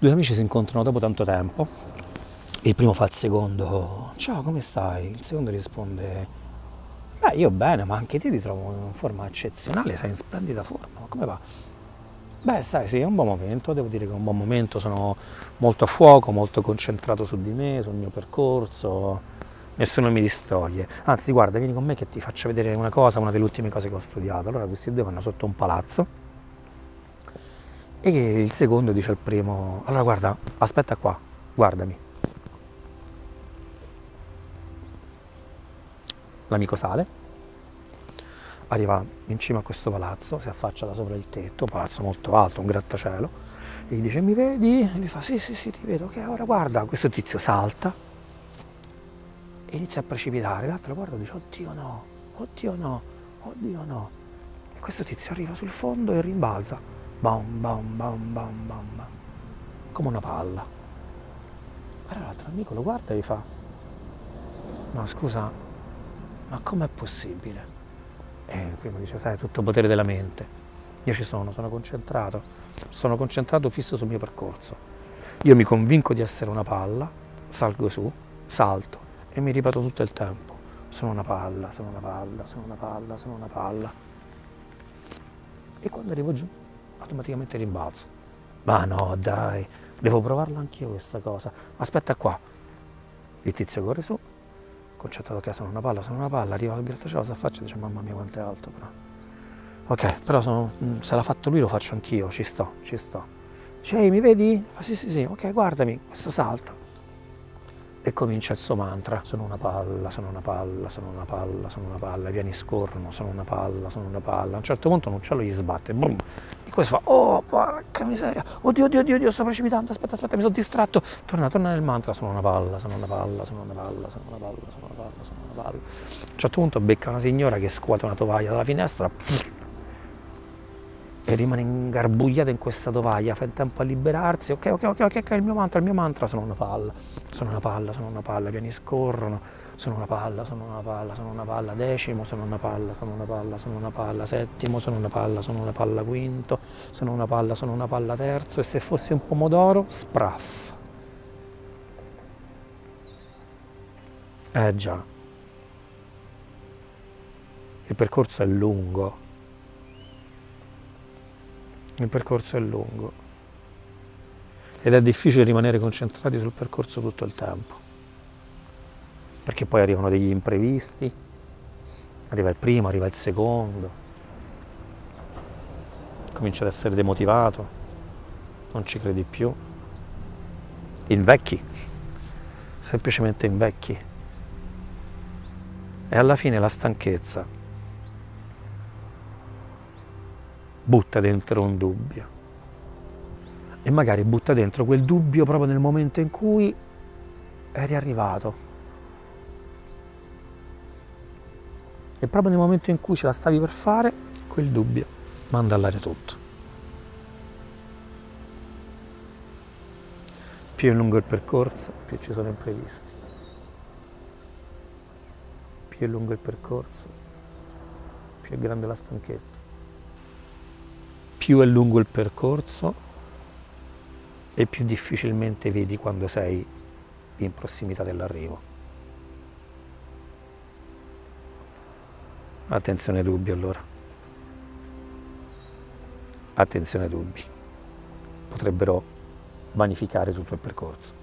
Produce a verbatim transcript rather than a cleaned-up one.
Due amici si incontrano dopo tanto tempo. Il primo fa al secondo: ciao, come stai? Il secondo risponde: beh, io bene, ma anche te ti trovo in forma eccezionale, sei in splendida forma, ma come va? Beh, sai, sì, è un buon momento, devo dire che è un buon momento, sono molto a fuoco, molto concentrato su di me, sul mio percorso, nessuno mi distoglie. Anzi, guarda, vieni con me che ti faccio vedere una cosa, una delle ultime cose che ho studiato. Allora questi due vanno sotto un palazzo e il secondo dice al primo: allora guarda, aspetta qua, guardami. L'amico sale, arriva in cima a questo palazzo, si affaccia da sopra il tetto, un palazzo molto alto, un grattacielo, e gli dice: mi vedi? E gli fa: sì, sì, sì, ti vedo, che ora guarda. Questo tizio salta e inizia a precipitare, l'altro guarda e dice: oddio no, oddio no, oddio no. E questo tizio arriva sul fondo e rimbalza, bam, bam, bam, bam, bam, bam, come una palla. Allora l'altro amico lo guarda e gli fa: no, scusa, ma com'è possibile? E il primo dice: sai, è tutto potere della mente. Io ci sono, sono concentrato, sono concentrato fisso sul mio percorso. Io mi convinco di essere una palla, salgo su, salto e mi ripeto tutto il tempo: sono una palla, sono una palla, sono una palla, sono una palla. E quando arrivo giù, automaticamente rimbalzo. Ma no, dai, devo provarla anch'io questa cosa. Aspetta qua. Il tizio corre su, concentrato che sono una palla, sono una palla, arriva al grattacielo, si affaccia e dice: mamma mia quanto è alto però. Ok, però sono, se l'ha fatto lui lo faccio anch'io, ci sto, ci sto. Dice: ehi, mi vedi? Fa: sì, sì, sì, ok, guardami, questo salta. E comincia il suo mantra: sono una palla, sono una palla, sono una palla, sono una palla, i piani scorrono, sono una palla, sono una palla. A un certo punto un uccello gli sbatte, boom, e questo fa: oh, porca miseria, oddio, oddio, oddio, oddio, sto precipitando, aspetta, aspetta, mi sono distratto. Torna, torna nel mantra: sono una palla, sono una palla, sono una palla, sono una palla, sono una palla, sono una palla. A un certo punto becca una signora che scuote una tovaglia dalla finestra e rimane ingarbugliata in questa tovaglia, fa in tempo a liberarsi. Ok, ok, ok, ok, ok, il mio mantra, il mio mantra, sono una palla, sono una palla, sono una palla, i piani scorrono, sono una palla, sono una palla, sono una palla, decimo, sono una palla, sono una palla, sono una palla, settimo, sono una palla, sono una palla, quinto, sono una palla, sono una palla, terzo, e se fossi un pomodoro, spraff. Eh già, il percorso è lungo, il percorso è lungo. Ed è difficile rimanere concentrati sul percorso tutto il tempo, perché poi arrivano degli imprevisti, arriva il primo, arriva il secondo, cominci ad essere demotivato, non ci credi più, invecchi, semplicemente invecchi. E alla fine la stanchezza butta dentro un dubbio. E magari butta dentro quel dubbio proprio nel momento in cui eri arrivato. E proprio nel momento in cui ce la stavi per fare, quel dubbio manda all'aria tutto. Più è lungo il percorso, più ci sono imprevisti. Più è lungo il percorso, più è grande la stanchezza. Più è lungo il percorso e più difficilmente vedi quando sei in prossimità dell'arrivo. Attenzione ai dubbi allora. Attenzione ai dubbi. Potrebbero vanificare tutto il percorso.